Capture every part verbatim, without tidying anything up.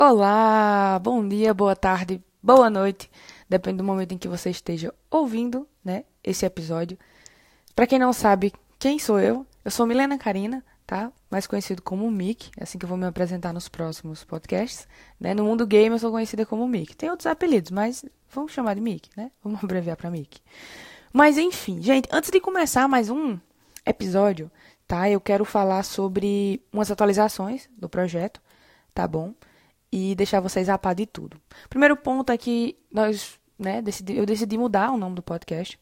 Olá, bom dia, boa tarde, boa noite, depende do momento em que você esteja ouvindo, né, esse episódio. Pra quem não sabe quem sou eu, eu sou Milena Carina, tá? Mais conhecido como Mick, é assim que eu vou me apresentar nos próximos podcasts, né? No mundo game eu sou conhecida como Mick. Tem outros apelidos, mas vamos chamar de Mick, né? Vamos abreviar pra Mick. Mas enfim, gente, antes de começar mais um episódio, tá? Eu quero falar sobre umas atualizações do projeto, tá bom? E deixar vocês a par de tudo. Primeiro ponto é que nós, né, decidi, eu decidi mudar o nome do podcast,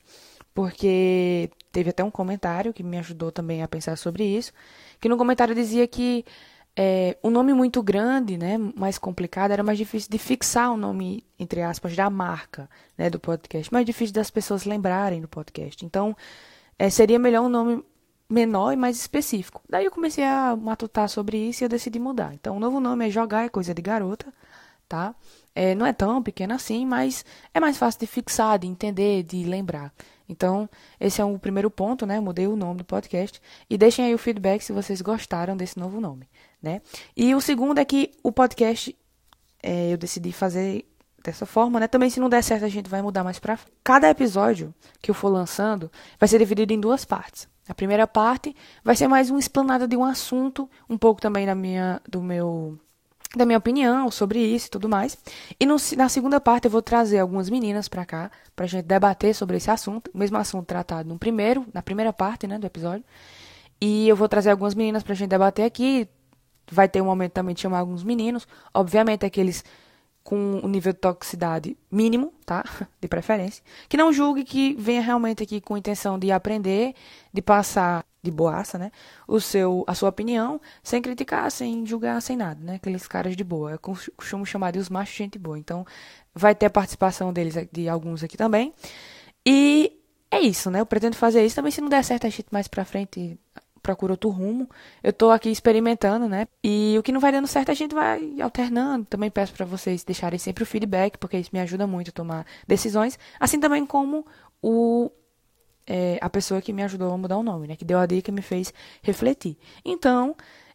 porque teve até um comentário que me ajudou também a pensar sobre isso, que no comentário dizia que é, um nome muito grande, né, mais complicado, era mais difícil de fixar o nome, entre aspas, da marca, né, do podcast, mais difícil das pessoas lembrarem do podcast. Então, é, seria melhor um nome menor e mais específico. Daí eu comecei a matutar sobre isso e eu decidi mudar. Então, o novo nome é Jogar é Coisa de Garota, tá? É, não é tão pequeno assim, mas é mais fácil de fixar, de entender, de lembrar. Então, esse é o primeiro ponto, né? Mudei o nome do podcast. E deixem aí o feedback se vocês gostaram desse novo nome, né? E o segundo é que o podcast, é, eu decidi fazer dessa forma, né? Também, se não der certo, a gente vai mudar mais pra frente. Cada episódio que eu for lançando vai ser dividido em duas partes. A primeira parte vai ser mais uma explanada de um assunto, um pouco também da minha, do meu, da minha opinião sobre isso e tudo mais. E no, na segunda parte eu vou trazer algumas meninas pra cá, pra gente debater sobre esse assunto, o mesmo assunto tratado no primeiro, na primeira parte, né, do episódio. E eu vou trazer algumas meninas pra gente debater aqui. Vai ter um momento também de chamar alguns meninos, obviamente aqueles com um nível de toxicidade mínimo, tá? De preferência. Que não julgue, que venha realmente aqui com a intenção de aprender, de passar de boaça, né? O seu, a sua opinião, sem criticar, sem julgar, sem nada, né? Aqueles caras de boa. Eu costumo chamar de os machos de gente boa. Então, vai ter a participação deles, de alguns aqui também. E é isso, né? Eu pretendo fazer isso. Também, se não der certo, a gente mais pra frente procura outro rumo. Eu tô aqui experimentando, né? E o que não vai dando certo a gente vai alternando. Também peço para vocês deixarem sempre o feedback, porque isso me ajuda muito a tomar decisões. Assim também como o, é, a pessoa que me ajudou a mudar o nome, né? Que deu a dica e me fez refletir. Então,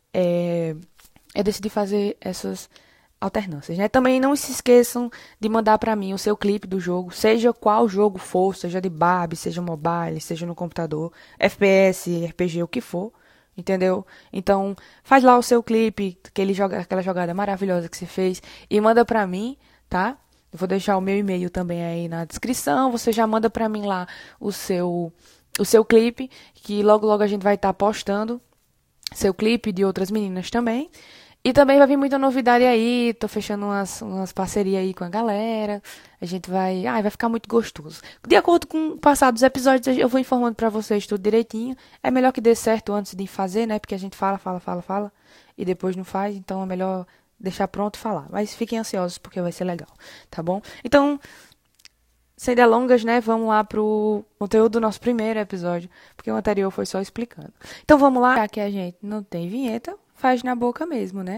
é, eu decidi fazer essas alternâncias, né? Também não se esqueçam de mandar para mim o seu clipe do jogo, seja qual jogo for, seja de Barbie, seja mobile, seja no computador, F P S, R P G, o que for, entendeu? Então, faz lá o seu clipe, aquele joga, aquela jogada maravilhosa que você fez e manda para mim, tá? Eu vou deixar o meu e-mail também aí na descrição, você já manda para mim lá o seu o seu clipe, que logo logo a gente vai estar tá postando seu clipe de outras meninas também. E também vai vir muita novidade aí, tô fechando umas, umas parcerias aí com a galera. A gente vai... Ai, vai ficar muito gostoso. De acordo com o passar dos episódios, eu vou informando pra vocês tudo direitinho. É melhor que dê certo antes de fazer, né? Porque a gente fala, fala, fala, fala. E depois não faz, então é melhor deixar pronto e falar. Mas fiquem ansiosos, porque vai ser legal, tá bom? Então, sem delongas, né? Vamos lá pro conteúdo do nosso primeiro episódio. Porque o anterior foi só explicando. Então vamos lá, já que a gente não tem vinheta, faz na boca mesmo, né?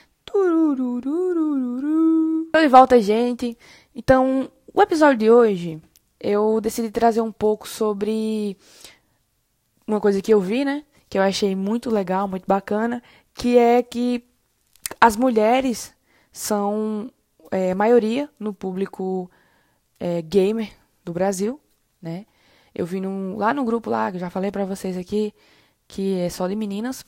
Tururururururu. De volta, gente. Então, o episódio de hoje, eu decidi trazer um pouco sobre uma coisa que eu vi, né? Que eu achei muito legal, muito bacana, que é que as mulheres são é, maioria no público é, gamer do Brasil, né? Eu vi num, lá no grupo lá, que eu já falei pra vocês aqui, que é só de meninas.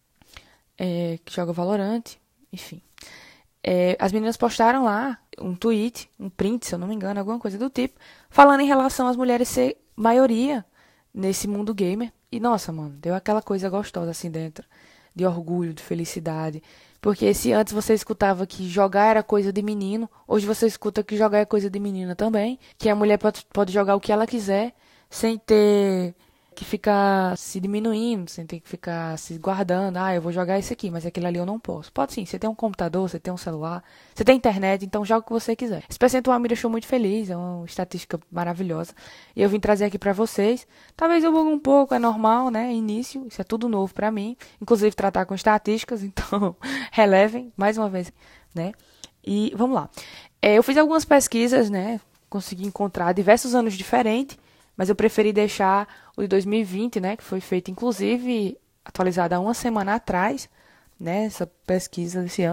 É, que joga Valorant, enfim. É, as meninas postaram lá um tweet, um print, se eu não me engano, alguma coisa do tipo, falando em relação às mulheres ser maioria nesse mundo gamer. E, nossa, mano, deu aquela coisa gostosa assim dentro, de orgulho, de felicidade. Porque se antes você escutava que jogar era coisa de menino, hoje você escuta que jogar é coisa de menina também, que a mulher pode, pode jogar o que ela quiser, sem ter que ficar se diminuindo, sem ter que ficar se guardando. Ah, eu vou jogar esse aqui, mas aquele ali eu não posso. Pode sim, você tem um computador, você tem um celular, você tem internet, então joga o que você quiser. Esse percentual me deixou muito feliz, é uma estatística maravilhosa. E eu vim trazer aqui pra vocês. Talvez eu bugue um pouco, é normal, né? Início, isso é tudo novo pra mim. Inclusive tratar com estatísticas, então relevem, mais uma vez, né? E vamos lá. É, eu fiz algumas pesquisas, né? Consegui encontrar diversos anos diferentes, mas eu preferi deixar o de dois mil e vinte, né, que foi feito, inclusive, atualizado há uma semana atrás, né, essa pesquisa desse ano,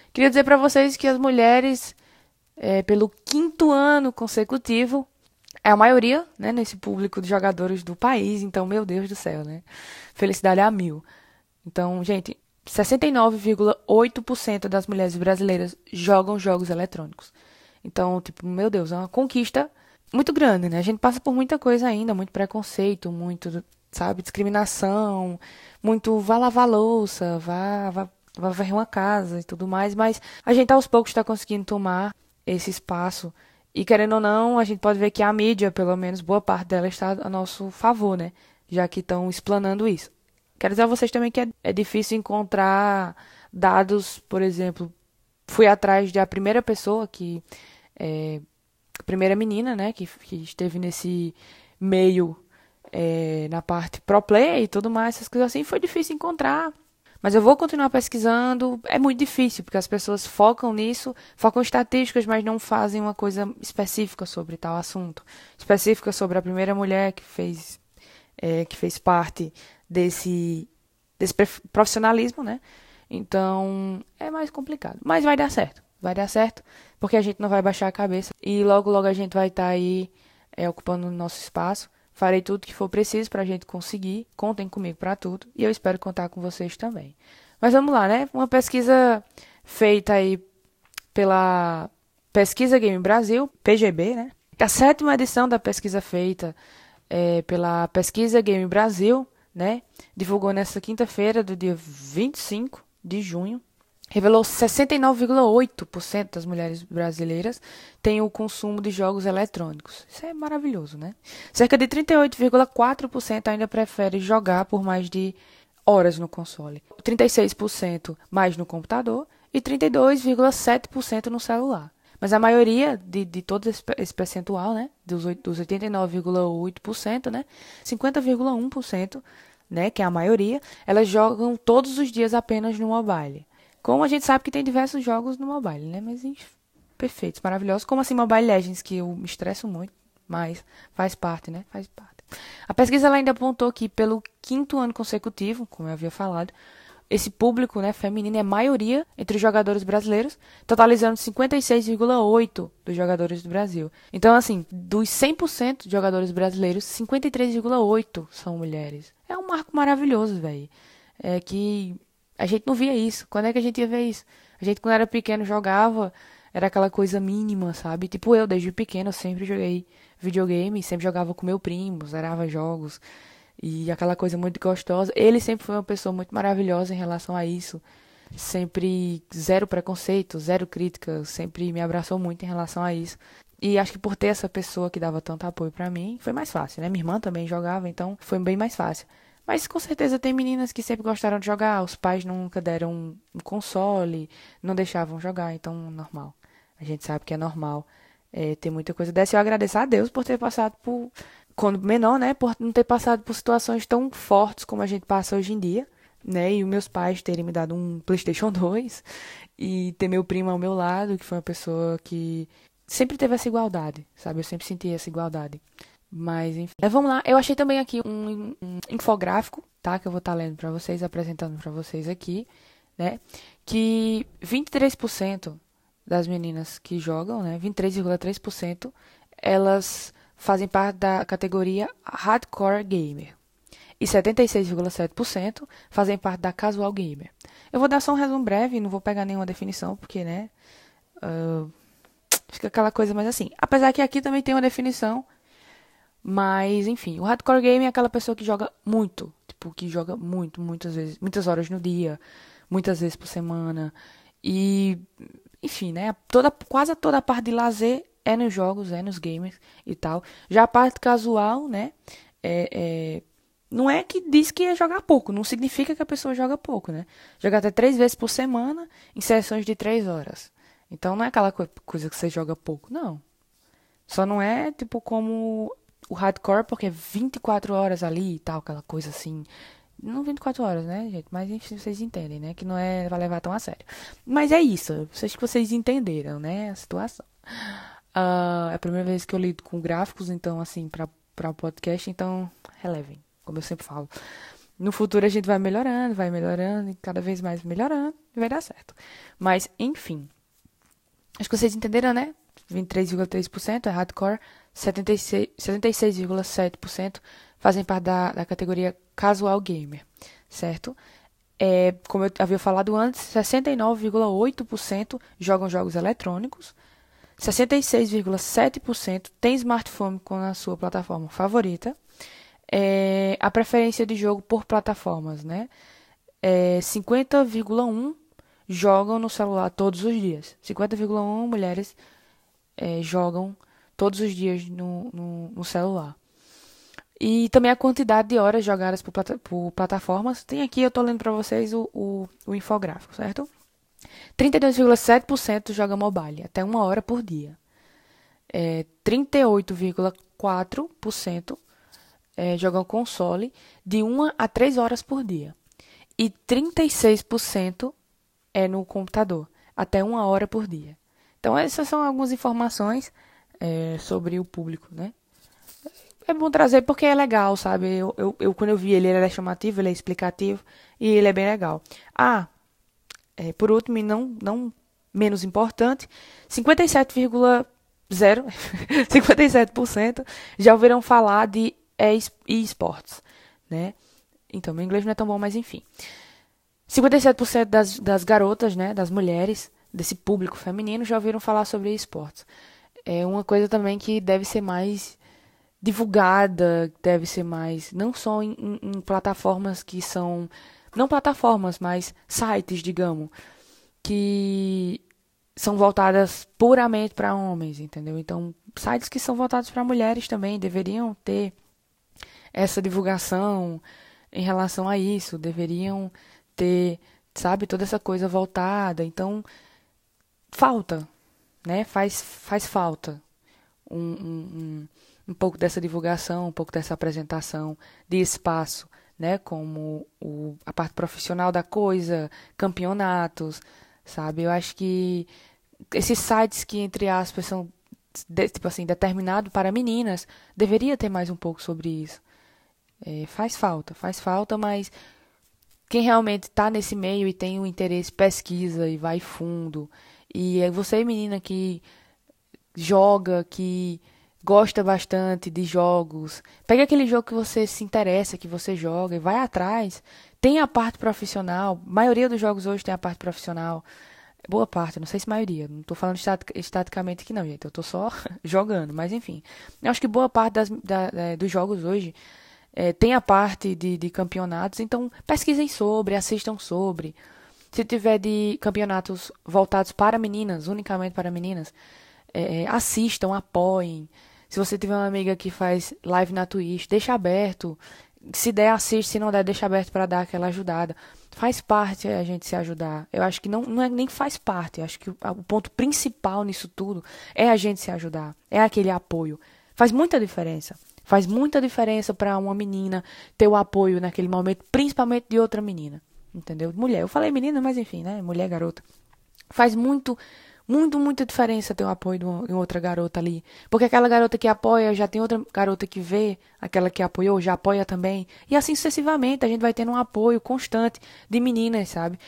Queria dizer pra vocês que as mulheres, é, pelo quinto ano consecutivo, é a maioria, né, nesse público de jogadores do país. Então, meu Deus do céu, né? Felicidade a mil. Então, gente, sessenta e nove vírgula oito por cento das mulheres brasileiras jogam jogos eletrônicos. Então, tipo, meu Deus, é uma conquista muito grande, né? A gente passa por muita coisa ainda, muito preconceito, muito, sabe, discriminação, muito vá lavar louça, vá, vá, vá varrer uma casa e tudo mais, mas a gente aos poucos está conseguindo tomar esse espaço. E querendo ou não, a gente pode ver que a mídia, pelo menos boa parte dela, está a nosso favor, né? Já que estão explanando isso. Quero dizer a vocês também que é, é difícil encontrar dados, por exemplo, fui atrás da primeira pessoa que é, a primeira menina, né, que, que esteve nesse meio, é, na parte pro play e tudo mais, essas coisas assim, foi difícil encontrar. Mas eu vou continuar pesquisando. É muito difícil, porque as pessoas focam nisso, focam em estatísticas, mas não fazem uma coisa específica sobre tal assunto. Específica sobre a primeira mulher que fez, é, que fez parte desse, desse profissionalismo, né? Então, é mais complicado. Mas vai dar certo. Vai dar certo, porque a gente não vai baixar a cabeça. E logo, logo a gente vai estar aí é, ocupando o nosso espaço. Farei tudo que for preciso para a gente conseguir. Contem comigo para tudo. E eu espero contar com vocês também. Mas vamos lá, né? Uma pesquisa feita aí pela Pesquisa Game Brasil, P G B, né? A sétima edição da pesquisa feita é, pela Pesquisa Game Brasil, né? Divulgou nesta quinta-feira, do dia vinte e cinco de junho. Revelou sessenta e nove vírgula oito por cento das mulheres brasileiras têm o consumo de jogos eletrônicos. Isso é maravilhoso, né? Cerca de trinta e oito vírgula quatro por cento ainda prefere jogar por mais de horas no console. trinta e seis por cento mais no computador e trinta e dois vírgula sete por cento no celular. Mas a maioria de, de todo esse, esse percentual, né? Dos, dos oitenta e nove vírgula oito por cento, né? cinquenta vírgula um por cento, né? Que é a maioria, elas jogam todos os dias apenas no mobile. Como a gente sabe que tem diversos jogos no mobile, né? Mas perfeitos, maravilhosos. Como assim Mobile Legends, que eu me estresso muito, mas faz parte, né? Faz parte. A pesquisa ela ainda apontou que pelo quinto ano consecutivo, como eu havia falado, esse público, né, feminino é maioria entre os jogadores brasileiros, totalizando cinquenta e seis vírgula oito por cento dos jogadores do Brasil. Então, assim, dos cem por cento de jogadores brasileiros, cinquenta e três vírgula oito por cento são mulheres. É um marco maravilhoso, velho. É que a gente não via isso. Quando é que a gente ia ver isso? A gente, quando era pequeno, jogava, era aquela coisa mínima, sabe? Tipo, eu, desde pequeno, eu sempre joguei videogame, sempre jogava com meu primo, zerava jogos, e aquela coisa muito gostosa. Ele sempre foi uma pessoa muito maravilhosa em relação a isso. Sempre zero preconceito, zero crítica, sempre me abraçou muito em relação a isso. E acho que por ter essa pessoa que dava tanto apoio pra mim, foi mais fácil, né? Minha irmã também jogava, então foi bem mais fácil. Mas com certeza tem meninas que sempre gostaram de jogar. Os pais nunca deram um console, não deixavam jogar, então normal. A gente sabe que é normal é, ter muita coisa dessa. Eu agradeço a Deus por ter passado por, quando menor, né? Por não ter passado por situações tão fortes como a gente passa hoje em dia, né? E os meus pais terem me dado um PlayStation dois e ter meu primo ao meu lado, que foi uma pessoa que sempre teve essa igualdade, sabe? Eu sempre senti essa igualdade. Mas, enfim. Mas vamos lá. Eu achei também aqui um, um infográfico, tá? Que eu vou estar lendo pra vocês, apresentando pra vocês aqui, né? Que vinte e três por cento das meninas que jogam, né? vinte e três vírgula três por cento, elas fazem parte da categoria Hardcore Gamer. E setenta e seis vírgula sete por cento fazem parte da Casual Gamer. Eu vou dar só um resumo breve, não vou pegar nenhuma definição, porque, né? Uh, fica aquela coisa mais assim. Apesar que aqui também tem uma definição. Mas, enfim, o hardcore game é aquela pessoa que joga muito. Tipo, que joga muito, muitas vezes, muitas horas no dia, muitas vezes por semana. E, enfim, né? Toda, quase toda a parte de lazer é nos jogos, é nos games e tal. Já a parte casual, né? É, é, não é que diz que é jogar pouco, não significa que a pessoa joga pouco, né? Joga até três vezes por semana em sessões de três horas. Então não é aquela coisa que você joga pouco, não. Só não é, tipo, como o hardcore, porque é vinte e quatro horas ali e tal, aquela coisa assim. Não vinte e quatro horas, né, gente? Mas enfim, vocês entendem, né? Que não é pra levar tão a sério. Mas é isso. Acho que vocês entenderam, né? A situação. Uh, é a primeira vez que eu lido com gráficos, então, assim, pra, pra podcast, então, relevem, como eu sempre falo. No futuro a gente vai melhorando, vai melhorando, e cada vez mais melhorando, e vai dar certo. Mas, enfim. Acho que vocês entenderam, né? vinte e três vírgula três por cento é hardcore, setenta e seis vírgula sete por cento fazem parte da, da categoria casual gamer, certo? É, como eu havia falado antes, sessenta e nove vírgula oito por cento jogam jogos eletrônicos, sessenta e seis vírgula sete por cento tem smartphone com a sua plataforma favorita, é, a preferência de jogo por plataformas, né? É, cinquenta vírgula um por cento jogam no celular todos os dias. cinquenta vírgula um por cento mulheres é, jogam todos os dias no, no, no celular. E também a quantidade de horas jogadas por, plata por plataformas. Tem aqui, eu estou lendo para vocês o, o, o infográfico, certo? trinta e dois vírgula sete por cento joga mobile, até uma hora por dia. É, trinta e oito vírgula quatro por cento é, jogam console de uma a três horas por dia. E trinta e seis por cento é no computador, até uma hora por dia. Então, essas são algumas informações é, sobre o público, né? É bom trazer porque é legal, sabe? Eu, eu, eu, quando eu vi ele, ele é chamativo, ele é explicativo e ele é bem legal. Ah, é, por último, e não, não menos importante, cinquenta e sete vírgula zero cinquenta e sete por cento já ouviram falar de e-sports, né? Então, meu inglês não é tão bom, mas enfim. cinquenta e sete por cento das, das garotas, né, das mulheres, desse público feminino, já ouviram falar sobre esportes. É uma coisa também que deve ser mais divulgada, deve ser mais, não só em, em, em plataformas que são, não plataformas, mas sites, digamos, que são voltadas puramente para homens, entendeu? Então, sites que são voltados para mulheres também deveriam ter essa divulgação em relação a isso, deveriam ter, sabe, toda essa coisa voltada. Então, falta, né? Faz, faz falta um, um, um, um pouco dessa divulgação, um pouco dessa apresentação de espaço, né? Como o, a parte profissional da coisa, campeonatos, sabe? Eu acho que esses sites que, entre aspas, são de, tipo assim, determinados para meninas, deveria ter mais um pouco sobre isso. É, faz falta, faz falta, mas quem realmente está nesse meio e tem o interesse, pesquisa e vai fundo. E é você, menina, que joga, que gosta bastante de jogos, pega aquele jogo que você se interessa, que você joga e vai atrás. Tem a parte profissional, a maioria dos jogos hoje tem a parte profissional. Boa parte, não sei se maioria, não estou falando estatic, estaticamente aqui não, gente, eu estou só jogando, mas enfim. Eu acho que boa parte das, da, da, dos jogos hoje é, tem a parte de, de campeonatos, então pesquisem sobre, assistam sobre. Se tiver de campeonatos voltados para meninas, unicamente para meninas, é, assistam, apoiem. Se você tiver uma amiga que faz live na Twitch, deixa aberto. Se der, assiste. Se não der, deixa aberto para dar aquela ajudada. Faz parte a gente se ajudar. Eu acho que não, não é nem que faz parte. Eu acho que o, o ponto principal nisso tudo é a gente se ajudar. É aquele apoio. Faz muita diferença. Faz muita diferença para uma menina ter o apoio naquele momento, principalmente de outra menina. Entendeu? Mulher. Eu falei menina, mas enfim, né? Mulher, garota. Faz muito... Muito, muita diferença ter o apoio de uma, de outra garota ali. Porque aquela garota que apoia, já tem outra garota que vê, aquela que apoiou, já apoia também. E assim sucessivamente, a gente vai tendo um apoio constante de meninas, sabe?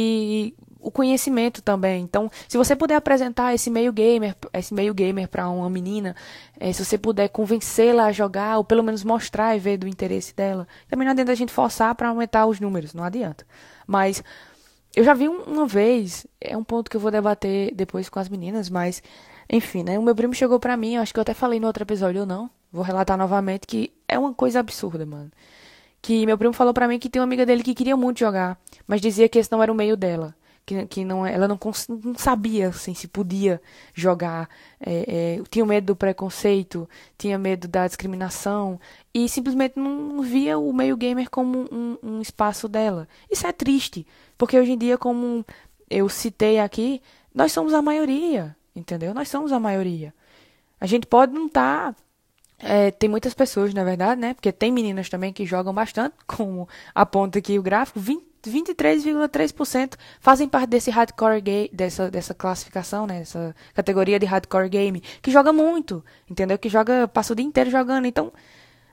E o conhecimento também. Então, se você puder apresentar esse meio gamer, esse meio gamer para uma menina, é, se você puder convencê-la a jogar, ou pelo menos mostrar e ver do interesse dela. Também não adianta a gente forçar para aumentar os números, não adianta. Mas... eu já vi uma vez, é um ponto que eu vou debater depois com as meninas, mas, enfim, né? O meu primo chegou pra mim, eu acho que eu até falei no outro episódio, ou não, vou relatar novamente, que é uma coisa absurda, mano. Que meu primo falou pra mim que tem uma amiga dele que queria muito jogar, mas dizia que esse não era o meio dela. Que, que não, ela não, não sabia, assim, se podia jogar. É, é, tinha medo do preconceito, tinha medo da discriminação, e simplesmente não via o meio gamer como um, um espaço dela. Isso é triste, porque hoje em dia, como eu citei aqui, nós somos a maioria, entendeu? Nós somos a maioria. A gente pode não estar... Tá, é, tem muitas pessoas, na verdade, né? Porque tem meninas também que jogam bastante, como aponta aqui o gráfico, vinte e três vírgula três por cento fazem parte desse hardcore game, dessa, dessa classificação, né? Essa categoria de hardcore game, que joga muito, entendeu? Que joga, passa o dia inteiro jogando. Então,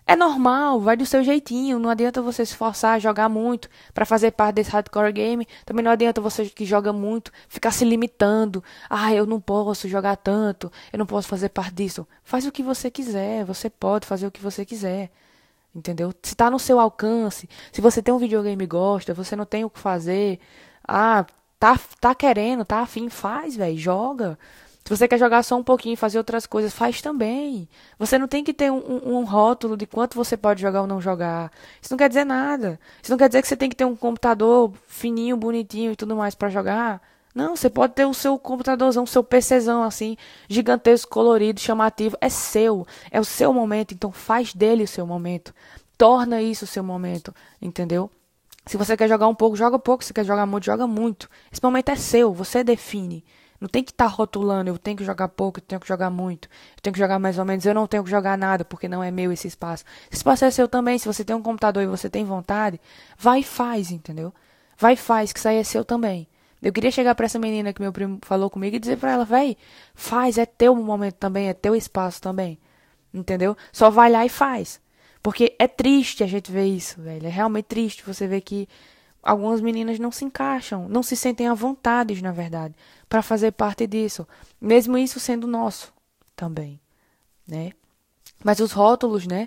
É normal, vai do seu jeitinho. Não adianta você se forçar a jogar muito pra fazer parte desse hardcore game. Também não adianta você que joga muito ficar se limitando. Ah, eu não posso jogar tanto, eu não posso fazer parte disso. Faz o que você quiser, você pode fazer o que você quiser. Entendeu? Se tá no seu alcance, se você tem um videogame e gosta, você não tem o que fazer. Ah, tá, tá querendo, tá afim, faz, velho, joga. Se você quer jogar só um pouquinho, fazer outras coisas, faz também. Você não tem que ter um, um, um rótulo de quanto você pode jogar ou não jogar. Isso não quer dizer nada. Isso não quer dizer que você tem que ter um computador fininho, bonitinho e tudo mais pra jogar. Não, você pode ter o seu computadorzão, o seu PCzão assim, gigantesco, colorido, chamativo. É seu. É o seu momento. Então faz dele o seu momento. Torna isso o seu momento. Entendeu? Se você quer jogar um pouco, joga pouco. Se quer jogar muito, joga muito. Esse momento é seu. Você define. Não tem que estar rotulando, eu tenho que jogar pouco, eu tenho que jogar muito, eu tenho que jogar mais ou menos, eu não tenho que jogar nada, porque não é meu esse espaço. Esse espaço é seu também, se você tem um computador e você tem vontade, vai e faz, entendeu? Vai e faz, que isso aí é seu também. Eu queria chegar pra essa menina que meu primo falou comigo e dizer pra ela, véi, faz, é teu momento também, é teu espaço também, entendeu? Só vai lá e faz. Porque é triste a gente ver isso, velho, é realmente triste você ver que algumas meninas não se encaixam, não se sentem à vontade, na verdade, para fazer parte disso, mesmo isso sendo nosso também, né? Mas os rótulos, né,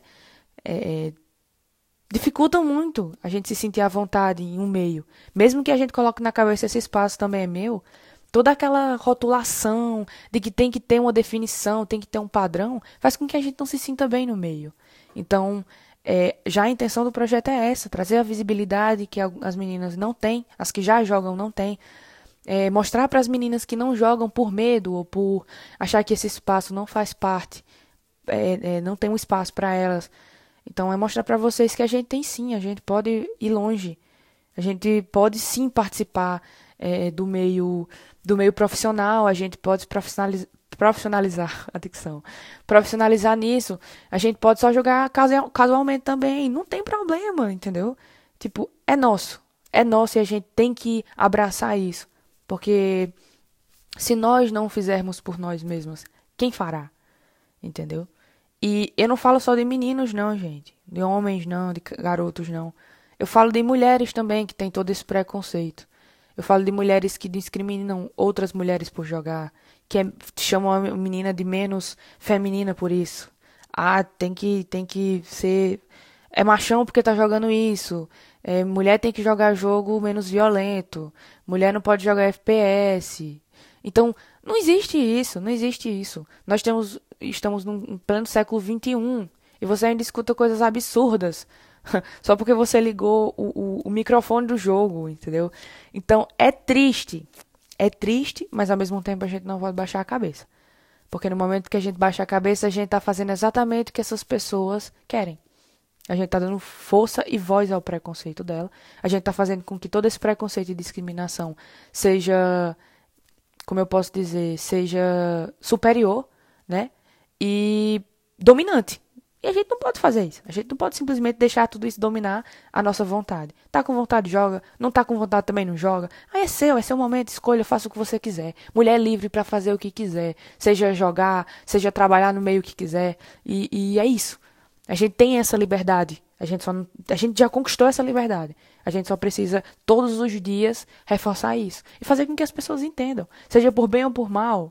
é, dificultam muito a gente se sentir à vontade em um meio. Mesmo que a gente coloque na cabeça esse espaço também é meu, toda aquela rotulação de que tem que ter uma definição, tem que ter um padrão, faz com que a gente não se sinta bem no meio. Então, é, já a intenção do projeto é essa, trazer a visibilidade que as meninas não têm, as que já jogam não têm, é, mostrar para as meninas que não jogam por medo ou por achar que esse espaço não faz parte, é, é, não tem um espaço para elas. Então, é mostrar para vocês que a gente tem sim, a gente pode ir longe, a gente pode sim participar é, do meio do meio profissional, a gente pode se profissionalizar, profissionalizar a dicção, profissionalizar nisso, a gente pode só jogar casualmente também, não tem problema, entendeu? Tipo, é nosso, é nosso e a gente tem que abraçar isso, porque se nós não fizermos por nós mesmos, quem fará? Entendeu? E eu não falo só de meninos não, gente, de homens não, de garotos não, eu falo de mulheres também que tem todo esse preconceito. Eu falo de mulheres que discriminam outras mulheres por jogar, que é, chamam a menina de menos feminina por isso. Ah, tem que, tem que ser... É machão porque tá jogando isso. É, mulher tem que jogar jogo menos violento. Mulher não pode jogar F P S. Então, não existe isso, não existe isso. Nós temos, estamos num pleno século vinte e um e você ainda escuta coisas absurdas. Só porque você ligou o, o, o microfone do jogo, entendeu? Então, é triste. É triste, mas ao mesmo tempo a gente não pode baixar a cabeça. Porque no momento que a gente baixa a cabeça, a gente tá fazendo exatamente o que essas pessoas querem. A gente tá dando força e voz ao preconceito dela. A gente tá fazendo com que todo esse preconceito e discriminação seja, como eu posso dizer, seja superior, né? E dominante. E a gente não pode fazer isso. A gente não pode simplesmente deixar tudo isso dominar a nossa vontade. Tá com vontade, joga. Não tá com vontade, também não joga. Aí é seu, é seu momento, escolha, faça o que você quiser. Mulher é livre pra fazer o que quiser. Seja jogar, seja trabalhar no meio que quiser. E, e é isso. A gente tem essa liberdade. A gente, só não, a gente já conquistou essa liberdade. A gente só precisa, todos os dias, reforçar isso. E fazer com que as pessoas entendam. Seja por bem ou por mal.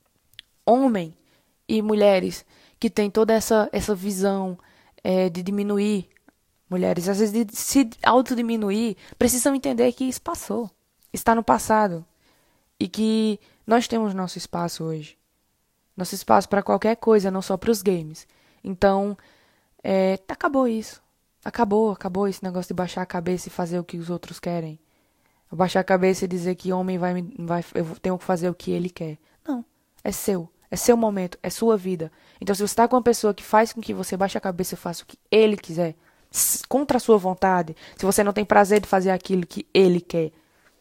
Homem e mulheres que tem toda essa, essa visão é, de diminuir mulheres, às vezes de se autodiminuir, precisam entender que isso passou, está no passado, e que nós temos nosso espaço hoje. Nosso espaço para qualquer coisa, não só para os games. Então, é, acabou isso. Acabou, acabou esse negócio de baixar a cabeça e fazer o que os outros querem. Baixar a cabeça e dizer que homem vai, vai eu tenho que fazer o que ele quer. Não, é seu. É seu momento, é sua vida. Então, se você está com uma pessoa que faz com que você baixe a cabeça e faça o que ele quiser, contra a sua vontade, se você não tem prazer de fazer aquilo que ele quer.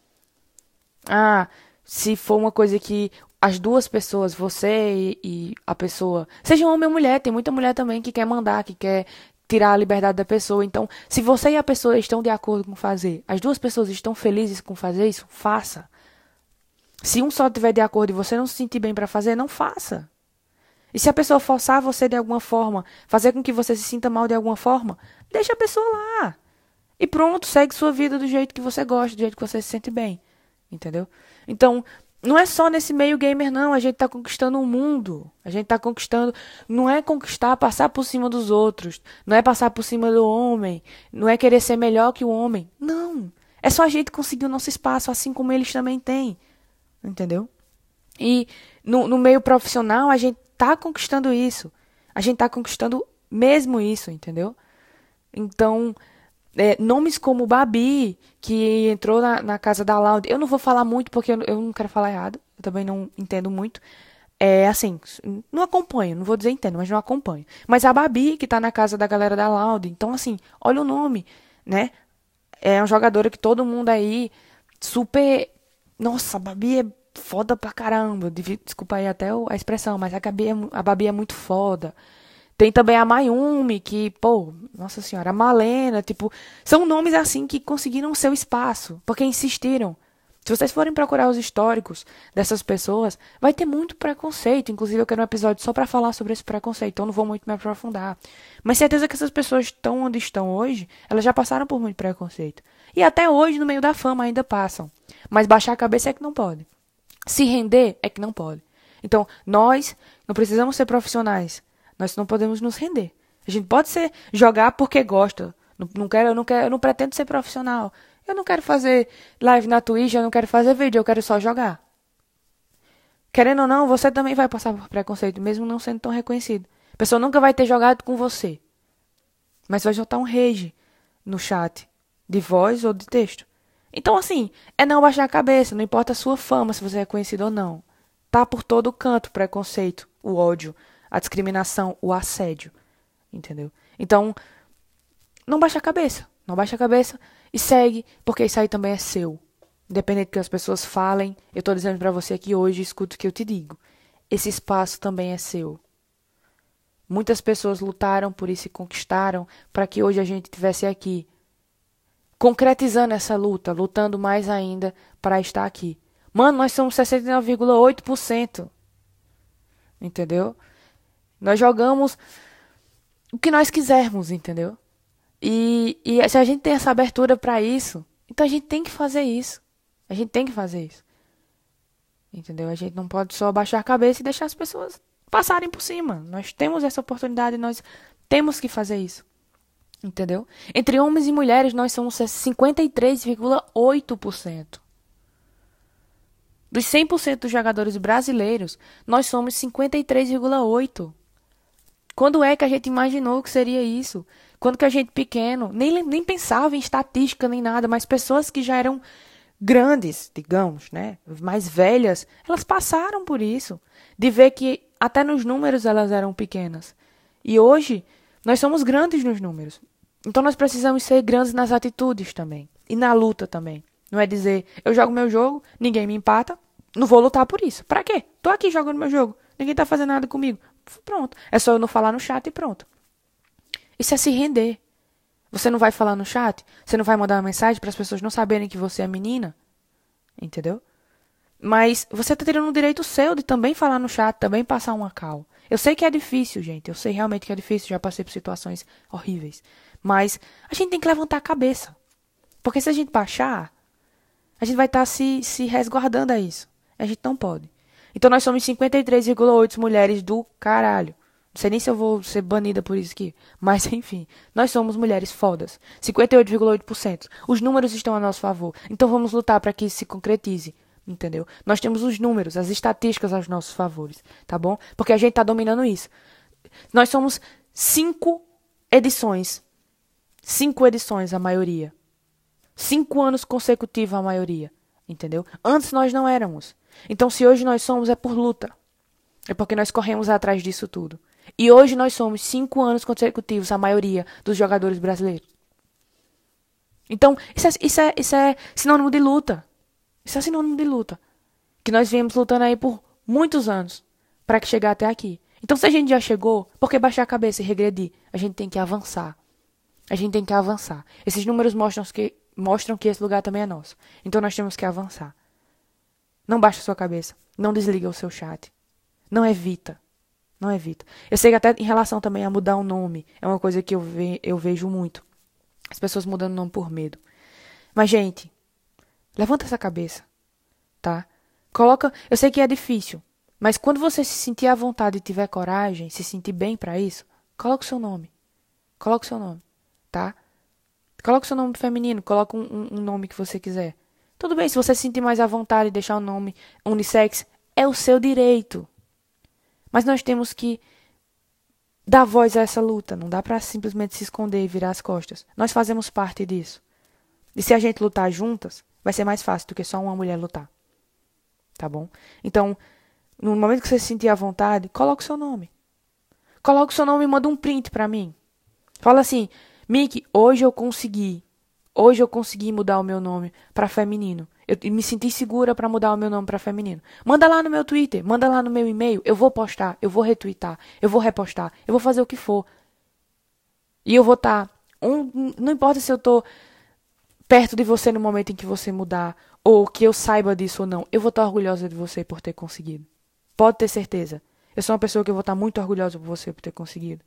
Ah, se for uma coisa que as duas pessoas, você e, e a pessoa, seja homem ou mulher, tem muita mulher também que quer mandar, que quer tirar a liberdade da pessoa. Então, se você e a pessoa estão de acordo com fazer, as duas pessoas estão felizes com fazer isso, faça. Se um só estiver de acordo e você não se sentir bem para fazer, não faça. E se a pessoa forçar você de alguma forma, fazer com que você se sinta mal de alguma forma, deixa a pessoa lá. E pronto, segue sua vida do jeito que você gosta, do jeito que você se sente bem. Entendeu? Então, não é só nesse meio gamer, não. A gente tá conquistando o mundo. A gente tá conquistando. Não é conquistar, passar por cima dos outros. Não é passar por cima do homem. Não é querer ser melhor que o homem. Não. É só a gente conseguir o nosso espaço, assim como eles também têm. Entendeu? E no, no meio profissional, a gente tá conquistando isso. A gente tá conquistando mesmo isso, entendeu? Então, é, nomes como Babi, que entrou na, na casa da Loud, eu não vou falar muito porque eu, eu não quero falar errado, eu também não entendo muito. É assim, não acompanho, não vou dizer entendo, mas não acompanho. Mas a Babi, que tá na casa da galera da Loud, então assim, olha o nome, né? É uma jogadora que todo mundo aí, super. Nossa, a Babi é foda pra caramba. Desculpa aí até a expressão, mas a Babi é, a Babi é muito foda. Tem também a Mayumi, que, pô, nossa senhora, a Malena, tipo, são nomes assim que conseguiram seu espaço, porque insistiram. Se vocês forem procurar os históricos dessas pessoas, vai ter muito preconceito. Inclusive, eu quero um episódio só pra falar sobre esse preconceito, então não vou muito me aprofundar. Mas certeza que essas pessoas estão onde estão hoje, elas já passaram por muito preconceito. E até hoje, no meio da fama, ainda passam. Mas baixar a cabeça é que não pode. Se render é que não pode. Então, nós não precisamos ser profissionais. Nós não podemos nos render. A gente pode ser jogar porque gosta. Não, não quero, eu não quero, eu não pretendo ser profissional. Eu não quero fazer live na Twitch, eu não quero fazer vídeo, eu quero só jogar. Querendo ou não, você também vai passar por preconceito, mesmo não sendo tão reconhecido. A pessoa nunca vai ter jogado com você. Mas vai soltar um rage no chat, de voz ou de texto. Então, assim, é não baixar a cabeça, não importa a sua fama, se você é conhecido ou não. Tá por todo canto o preconceito, o ódio, a discriminação, o assédio. Entendeu? Então, não baixa a cabeça. Não baixa a cabeça e segue, porque isso aí também é seu. Independente do que as pessoas falem, eu tô dizendo pra você aqui hoje, escuta o que eu te digo. Esse espaço também é seu. Muitas pessoas lutaram por isso e conquistaram para que hoje a gente estivesse aqui. Concretizando essa luta, lutando mais ainda para estar aqui. Mano, nós somos sessenta e nove vírgula oito por cento. Entendeu? Nós jogamos o que nós quisermos, entendeu? E, e se a gente tem essa abertura para isso, então a gente tem que fazer isso. A gente tem que fazer isso. Entendeu? A gente não pode só baixar a cabeça e deixar as pessoas passarem por cima. Nós temos essa oportunidade e nós temos que fazer isso. Entendeu? Entre homens e mulheres, nós somos cinquenta e três vírgula oito por cento. Dos cem por cento dos jogadores brasileiros, nós somos cinquenta e três vírgula oito por cento. Quando é que a gente imaginou que seria isso? Quando que a gente pequeno, nem, nem pensava em estatística nem nada, mas pessoas que já eram grandes, digamos, né, mais velhas, elas passaram por isso. De ver que até nos números elas eram pequenas. E hoje, nós somos grandes nos números. Então nós precisamos ser grandes nas atitudes também. E na luta também. Não é dizer, eu jogo meu jogo, ninguém me empata, não vou lutar por isso. Pra quê? Tô aqui jogando meu jogo, ninguém tá fazendo nada comigo. Pronto. É só eu não falar no chat e pronto. Isso é se render. Você não vai falar no chat? Você não vai mandar uma mensagem para as pessoas não saberem que você é menina? Entendeu? Mas você tá tendo um direito seu de também falar no chat, também passar uma call. Eu sei que é difícil, gente. Eu sei realmente que é difícil. Já passei por situações horríveis. Mas a gente tem que levantar a cabeça. Porque se a gente baixar, a gente vai estar tá se, se resguardando a isso. A gente não pode. Então nós somos cinquenta e três vírgula oito mulheres do caralho. Não sei nem se eu vou ser banida por isso aqui. Mas enfim, nós somos mulheres fodas. cinquenta e oito vírgula oito por cento. Os números estão a nosso favor. Então vamos lutar para que isso se concretize. Entendeu? Nós temos os números, as estatísticas aos nossos favores. Tá bom? Porque a gente tá dominando isso. Nós somos cinco edições. Cinco edições, a maioria. Cinco anos consecutivos, a maioria. Entendeu? Antes nós não éramos. Então, se hoje nós somos, é por luta. É porque nós corremos atrás disso tudo. E hoje nós somos cinco anos consecutivos, a maioria dos jogadores brasileiros. Então, isso é, isso é, isso é sinônimo de luta. Isso é sinônimo de luta. Que nós viemos lutando aí por muitos anos para que chegar até aqui. Então, se a gente já chegou, por que baixar a cabeça e regredir? A gente tem que avançar. A gente tem que avançar. Esses números mostram que, mostram que esse lugar também é nosso. Então, nós temos que avançar. Não baixa a sua cabeça. Não desliga o seu chat. Não evita. Não evita. Eu sei que até em relação também a mudar o nome, é uma coisa que eu, ve, eu vejo muito. As pessoas mudando o nome por medo. Mas, gente, levanta essa cabeça, tá? Coloca, eu sei que é difícil, mas quando você se sentir à vontade e tiver coragem, se sentir bem pra isso, coloca o seu nome. Coloca o seu nome, tá? Coloca o seu nome feminino, coloca um, um, um nome que você quiser. Tudo bem, se você se sentir mais à vontade e deixar o nome unissex, é o seu direito. Mas nós temos que dar voz a essa luta. Não dá pra simplesmente se esconder e virar as costas. Nós fazemos parte disso. E se a gente lutar juntas, vai ser mais fácil do que só uma mulher lutar. Tá bom? Então, no momento que você se sentir à vontade, coloca o seu nome. Coloca o seu nome e manda um print pra mim. Fala assim, Mickey, hoje eu consegui. Hoje eu consegui mudar o meu nome pra feminino. Eu me senti segura pra mudar o meu nome pra feminino. Manda lá no meu Twitter, manda lá no meu e-mail. Eu vou postar, eu vou retweetar, eu vou repostar, eu vou fazer o que for. E eu vou estar... Tá, um, não importa se eu tô perto de você no momento em que você mudar, ou que eu saiba disso ou não, eu vou estar orgulhosa de você por ter conseguido. Pode ter certeza. Eu sou uma pessoa que eu vou estar muito orgulhosa por você por ter conseguido.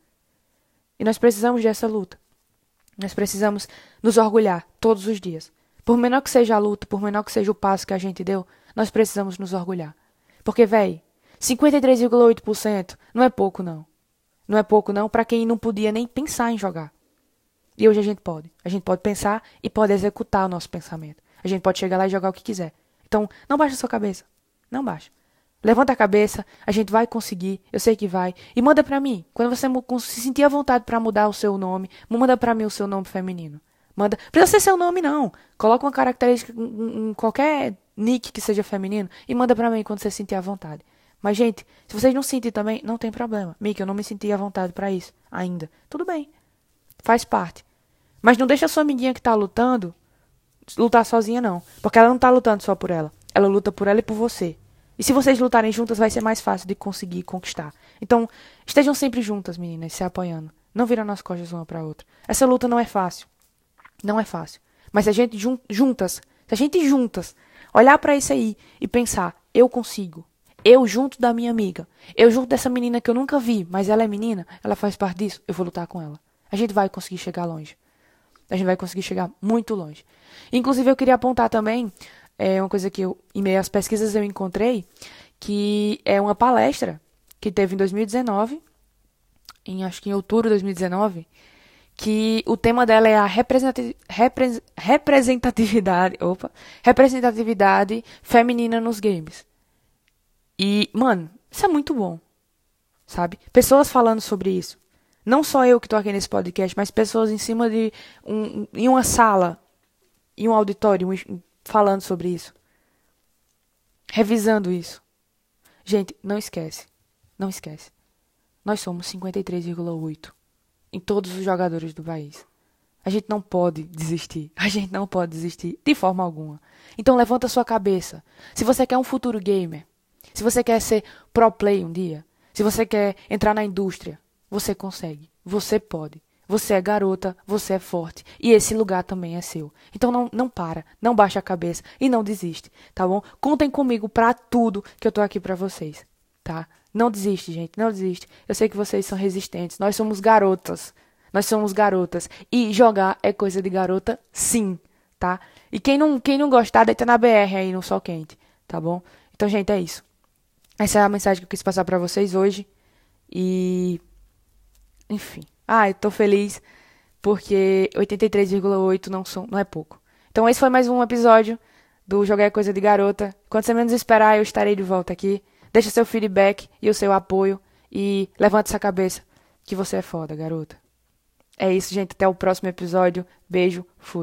E nós precisamos dessa luta. Nós precisamos nos orgulhar todos os dias. Por menor que seja a luta, por menor que seja o passo que a gente deu, nós precisamos nos orgulhar. Porque, véi, cinquenta e três vírgula oito por cento não é pouco, não. Não é pouco, não, pra quem não podia nem pensar em jogar. E hoje a gente pode. A gente pode pensar e pode executar o nosso pensamento. A gente pode chegar lá e jogar o que quiser. Então, não baixa a sua cabeça. Não baixa. Levanta a cabeça, a gente vai conseguir, eu sei que vai. E manda pra mim. Quando você se sentir à vontade pra mudar o seu nome, manda pra mim o seu nome feminino. Manda. Precisa ser seu nome, não. Coloca uma característica em qualquer nick que seja feminino e manda pra mim quando você se sentir à vontade. Mas, gente, se vocês não sentirem também, não tem problema. Mickey, eu não me senti à vontade pra isso ainda. Tudo bem. Faz parte. Mas não deixa a sua amiguinha que tá lutando lutar sozinha, não. Porque ela não tá lutando só por ela. Ela luta por ela e por você. E se vocês lutarem juntas, vai ser mais fácil de conseguir conquistar. Então, estejam sempre juntas, meninas, se apoiando. Não virando as costas uma pra outra. Essa luta não é fácil. Não é fácil. Mas se a gente jun- juntas, se a gente juntas, olhar pra isso aí e pensar, eu consigo. Eu junto da minha amiga. Eu junto dessa menina que eu nunca vi, mas ela é menina, ela faz parte disso, eu vou lutar com ela. A gente vai conseguir chegar longe. A gente vai conseguir chegar muito longe. Inclusive, eu queria apontar também é uma coisa que eu, em meio às pesquisas eu encontrei, que é uma palestra que teve em dois mil e dezenove, em, acho que em outubro de dois mil e dezenove, que o tema dela é a representati- repre- representatividade, opa, representatividade feminina nos games. E, mano, isso é muito bom, sabe? Pessoas falando sobre isso. Não só eu que tô aqui nesse podcast, mas pessoas em cima de um, em uma sala, em um auditório, um, falando sobre isso. Revisando isso. Gente, não esquece. Não esquece. Nós somos cinquenta e três vírgula oito em todos os jogadores do país. A gente não pode desistir. A gente não pode desistir de forma alguma. Então levanta sua cabeça. Se você quer um futuro gamer, se você quer ser pro play um dia, se você quer entrar na indústria, você consegue. Você pode. Você é garota, você é forte. E esse lugar também é seu. Então não, não para, não baixa a cabeça e não desiste, tá bom? Contem comigo pra tudo que eu tô aqui pra vocês, tá? Não desiste, gente, não desiste. Eu sei que vocês são resistentes. Nós somos garotas. Nós somos garotas. E jogar é coisa de garota, sim, tá? E quem não, quem não gostar, deita na B R aí no sol quente, tá bom? Então, gente, é isso. Essa é a mensagem que eu quis passar pra vocês hoje. E... enfim. Ah, eu tô feliz porque oitenta e três vírgula oito não, são, não é pouco. Então esse foi mais um episódio do Jogar é Coisa de Garota. Quando você menos esperar, eu estarei de volta aqui. Deixa seu feedback e o seu apoio e levanta essa cabeça que você é foda, garota. É isso, gente. Até o próximo episódio. Beijo. Fui.